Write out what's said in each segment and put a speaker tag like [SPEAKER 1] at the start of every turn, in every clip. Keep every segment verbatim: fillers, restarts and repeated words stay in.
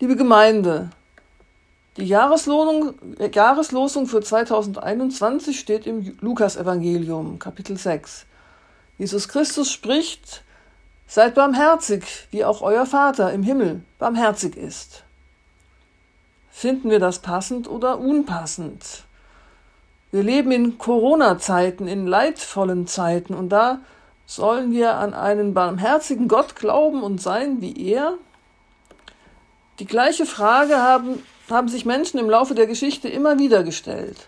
[SPEAKER 1] Liebe Gemeinde, die Jahreslosung, Jahreslosung für zweitausendeinundzwanzig steht im Lukas-Evangelium, Kapitel sechs. Jesus Christus spricht: Seid barmherzig, wie auch euer Vater im Himmel barmherzig ist. Finden wir das passend oder unpassend? Wir leben in Corona-Zeiten, in leidvollen Zeiten, und da sollen wir an einen barmherzigen Gott glauben und sein wie er? Die gleiche Frage haben, haben sich Menschen im Laufe der Geschichte immer wieder gestellt.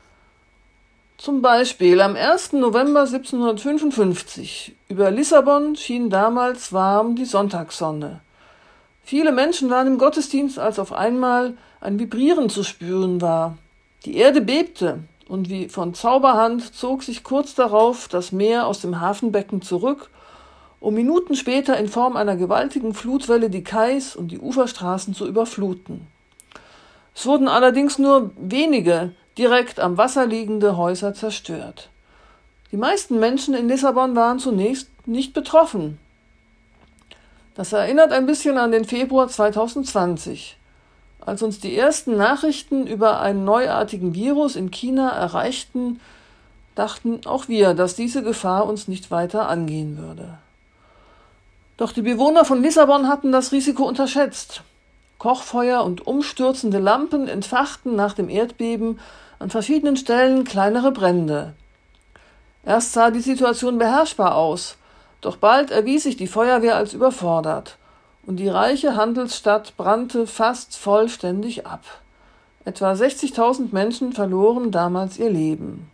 [SPEAKER 1] Zum Beispiel am ersten November siebzehnhundertfünfundfünfzig. Über Lissabon schien damals warm die Sonntagssonne. Viele Menschen waren im Gottesdienst, als auf einmal ein Vibrieren zu spüren war. Die Erde bebte, und wie von Zauberhand zog sich kurz darauf das Meer aus dem Hafenbecken zurück, um Minuten später in Form einer gewaltigen Flutwelle die Kais und die Uferstraßen zu überfluten. Es wurden allerdings nur wenige direkt am Wasser liegende Häuser zerstört. Die meisten Menschen in Lissabon waren zunächst nicht betroffen. Das erinnert ein bisschen an den Februar zweitausendzwanzig. Als uns die ersten Nachrichten über einen neuartigen Virus in China erreichten, dachten auch wir, dass diese Gefahr uns nicht weiter angehen würde. Doch die Bewohner von Lissabon hatten das Risiko unterschätzt. Kochfeuer und umstürzende Lampen entfachten nach dem Erdbeben an verschiedenen Stellen kleinere Brände. Erst sah die Situation beherrschbar aus, doch bald erwies sich die Feuerwehr als überfordert, und die reiche Handelsstadt brannte fast vollständig ab. Etwa sechzigtausend Menschen verloren damals ihr Leben.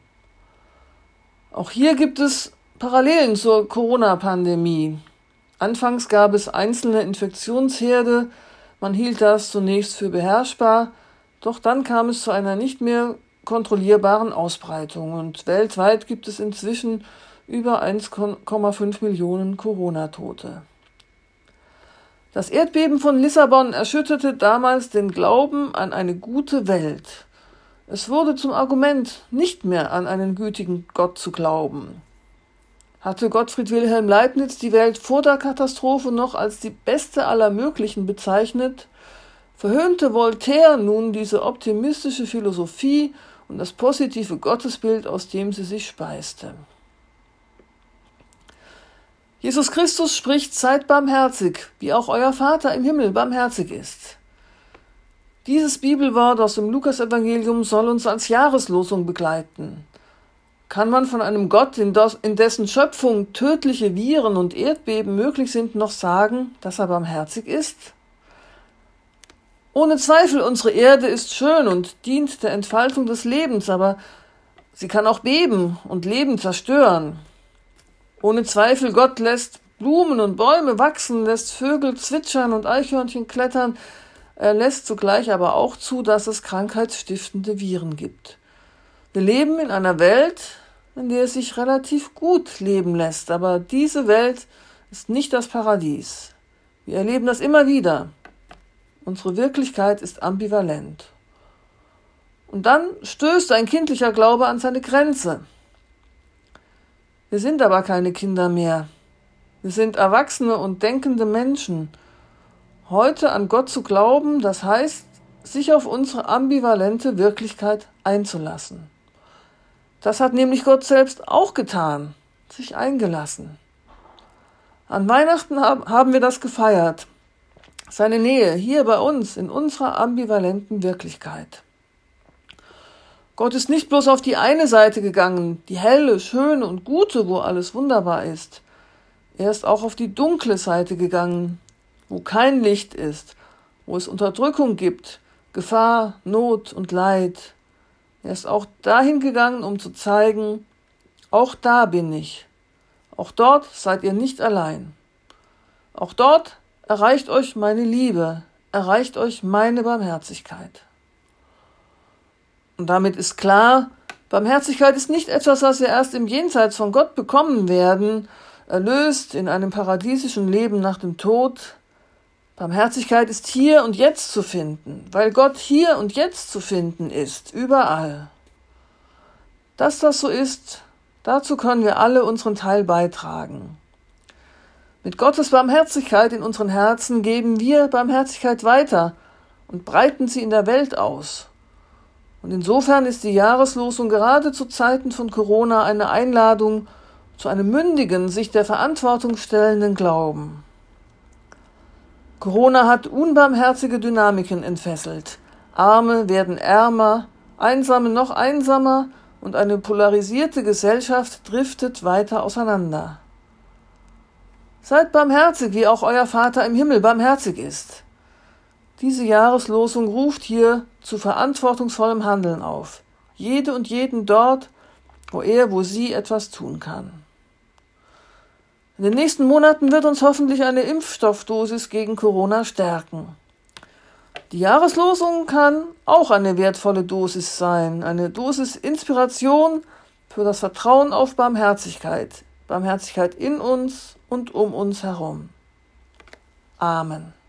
[SPEAKER 1] Auch hier gibt es Parallelen zur Corona-Pandemie. Anfangs gab es einzelne Infektionsherde, man hielt das zunächst für beherrschbar, doch dann kam es zu einer nicht mehr kontrollierbaren Ausbreitung, und weltweit gibt es inzwischen über eins Komma fünf Millionen Corona-Tote. Das Erdbeben von Lissabon erschütterte damals den Glauben an eine gute Welt. Es wurde zum Argument, nicht mehr an einen gütigen Gott zu glauben. Hatte Gottfried Wilhelm Leibniz die Welt vor der Katastrophe noch als die beste aller möglichen bezeichnet, verhöhnte Voltaire nun diese optimistische Philosophie und das positive Gottesbild, aus dem sie sich speiste. Jesus Christus spricht: Seid barmherzig, wie auch euer Vater im Himmel barmherzig ist. Dieses Bibelwort aus dem Lukas-Evangelium soll uns als Jahreslosung begleiten. Kann man von einem Gott, in dessen Schöpfung tödliche Viren und Erdbeben möglich sind, noch sagen, dass er barmherzig ist? Ohne Zweifel, unsere Erde ist schön und dient der Entfaltung des Lebens, aber sie kann auch beben und Leben zerstören. Ohne Zweifel, Gott lässt Blumen und Bäume wachsen, lässt Vögel zwitschern und Eichhörnchen klettern. Er lässt zugleich aber auch zu, dass es krankheitsstiftende Viren gibt. Wir leben in einer Welt, in der es sich relativ gut leben lässt, aber diese Welt ist nicht das Paradies. Wir erleben das immer wieder. Unsere Wirklichkeit ist ambivalent. Und dann stößt ein kindlicher Glaube an seine Grenze. Wir sind aber keine Kinder mehr. Wir sind erwachsene und denkende Menschen. Heute an Gott zu glauben, das heißt, sich auf unsere ambivalente Wirklichkeit einzulassen. Das hat nämlich Gott selbst auch getan, sich eingelassen. An Weihnachten haben wir das gefeiert, seine Nähe hier bei uns in unserer ambivalenten Wirklichkeit. Gott ist nicht bloß auf die eine Seite gegangen, die helle, schöne und gute, wo alles wunderbar ist. Er ist auch auf die dunkle Seite gegangen, wo kein Licht ist, wo es Unterdrückung gibt, Gefahr, Not und Leid. Er ist auch dahin gegangen, um zu zeigen, auch da bin ich. Auch dort seid ihr nicht allein. Auch dort erreicht euch meine Liebe, erreicht euch meine Barmherzigkeit. Und damit ist klar, Barmherzigkeit ist nicht etwas, was wir erst im Jenseits von Gott bekommen werden, erlöst in einem paradiesischen Leben nach dem Tod. Barmherzigkeit ist hier und jetzt zu finden, weil Gott hier und jetzt zu finden ist, überall. Dass das so ist, dazu können wir alle unseren Teil beitragen. Mit Gottes Barmherzigkeit in unseren Herzen geben wir Barmherzigkeit weiter und breiten sie in der Welt aus. Und insofern ist die Jahreslosung gerade zu Zeiten von Corona eine Einladung zu einem mündigen, sich der Verantwortung stellenden Glauben. Corona hat unbarmherzige Dynamiken entfesselt. Arme werden ärmer, Einsame noch einsamer und eine polarisierte Gesellschaft driftet weiter auseinander. Seid barmherzig, wie auch euer Vater im Himmel barmherzig ist. Diese Jahreslosung ruft hier zu verantwortungsvollem Handeln auf. Jede und jeden dort, wo er, wo sie etwas tun kann. In den nächsten Monaten wird uns hoffentlich eine Impfstoffdosis gegen Corona stärken. Die Jahreslosung kann auch eine wertvolle Dosis sein, eine Dosis Inspiration für das Vertrauen auf Barmherzigkeit, Barmherzigkeit in uns und um uns herum. Amen.